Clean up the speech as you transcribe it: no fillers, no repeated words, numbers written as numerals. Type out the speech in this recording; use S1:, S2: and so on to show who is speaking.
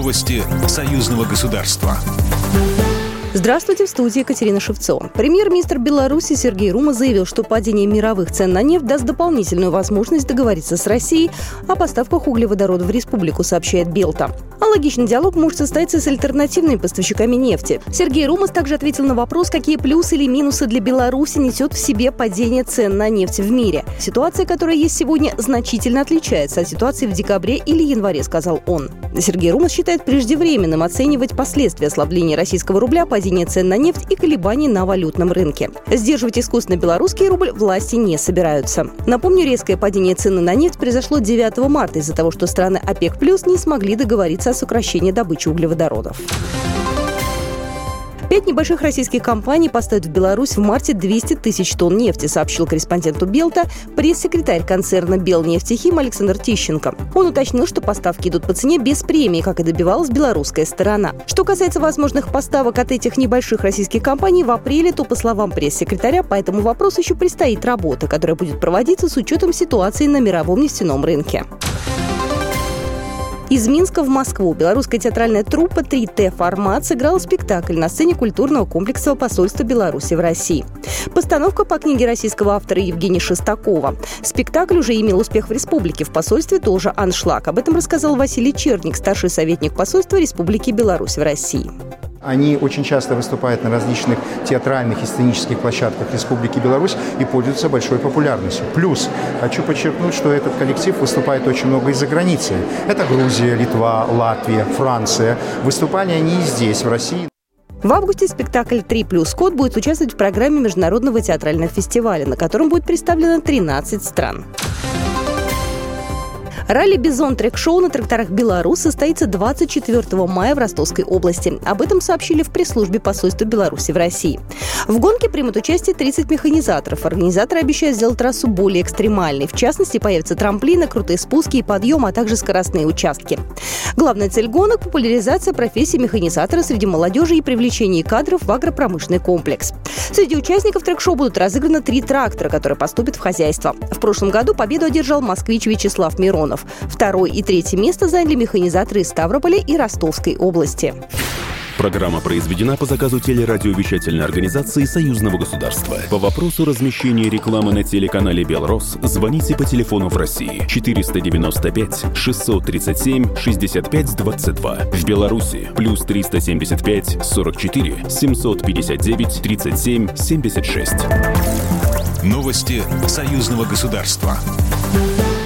S1: Новости союзного государства.
S2: Здравствуйте, в студии Екатерина Шевцова. Премьер-министр Беларуси Сергей Рума заявил, что падение мировых цен на нефть даст дополнительную возможность договориться с Россией о поставках углеводорода в республику, сообщает Белта. Аналогичный диалог может состояться с альтернативными поставщиками нефти. Сергей Румас также ответил на вопрос, какие плюсы или минусы для Беларуси несет в себе падение цен на нефть в мире. Ситуация, которая есть сегодня, значительно отличается от ситуации в декабре или январе, сказал он. Сергей Румас считает преждевременным оценивать последствия ослабления российского рубля, падения цен на нефть и колебаний на валютном рынке. Сдерживать искусственно белорусский рубль власти не собираются. Напомню, резкое падение цены на нефть произошло 9 марта из-за того, что страны ОПЕК+ не смогли договориться о сокращении добычи углеводородов. 5 небольших российских компаний поставят в Беларусь в марте 200 тысяч тонн нефти, сообщил корреспонденту Белта пресс-секретарь концерна «Белнефтехим» Александр Тищенко. Он уточнил, что поставки идут по цене без премии, как и добивалась белорусская сторона. Что касается возможных поставок от этих небольших российских компаний в апреле, то, по словам пресс-секретаря, по этому вопросу еще предстоит работа, которая будет проводиться с учетом ситуации на мировом нефтяном рынке. Из Минска в Москву белорусская театральная труппа «3Т Формат» сыграла спектакль на сцене культурного комплекса посольства Беларуси в России. Постановка по книге российского автора Евгения Шестакова. Спектакль уже имел успех в республике, в посольстве тоже аншлаг. Об этом рассказал Василий Черник, старший советник посольства Республики Беларусь в России.
S3: Они очень часто выступают на различных театральных и сценических площадках Республики Беларусь и пользуются большой популярностью. Плюс хочу подчеркнуть, что этот коллектив выступает очень много из-за границы. Это Грузия, Литва, Латвия, Франция. Выступали они и здесь, в России.
S2: В августе спектакль «3+ Код» будет участвовать в программе Международного театрального фестиваля, на котором будет представлено 13 стран. Ралли «Бизон» трек-шоу на тракторах «Беларусь» состоится 24 мая в Ростовской области. Об этом сообщили в пресс-службе посольства Беларуси в России. В гонке примут участие 30 механизаторов. Организаторы обещают сделать трассу более экстремальной. В частности, появятся трамплины, крутые спуски и подъемы, а также скоростные участки. Главная цель гонок – популяризация профессии механизатора среди молодежи и привлечение кадров в агропромышленный комплекс. Среди участников трек-шоу будут разыграны 3 трактора, которые поступят в хозяйство. В прошлом году победу одержал москвич Вячеслав Миронов. 2-е и 3-е место заняли механизаторы из Ставрополя и Ростовской области.
S1: Программа произведена по заказу телерадиовещательной организации Союзного государства. По вопросу размещения рекламы на телеканале «Белрос» звоните по телефону в России 495 637 65 22. В Беларуси плюс 375 44 759 37 76. Новости Союзного государства.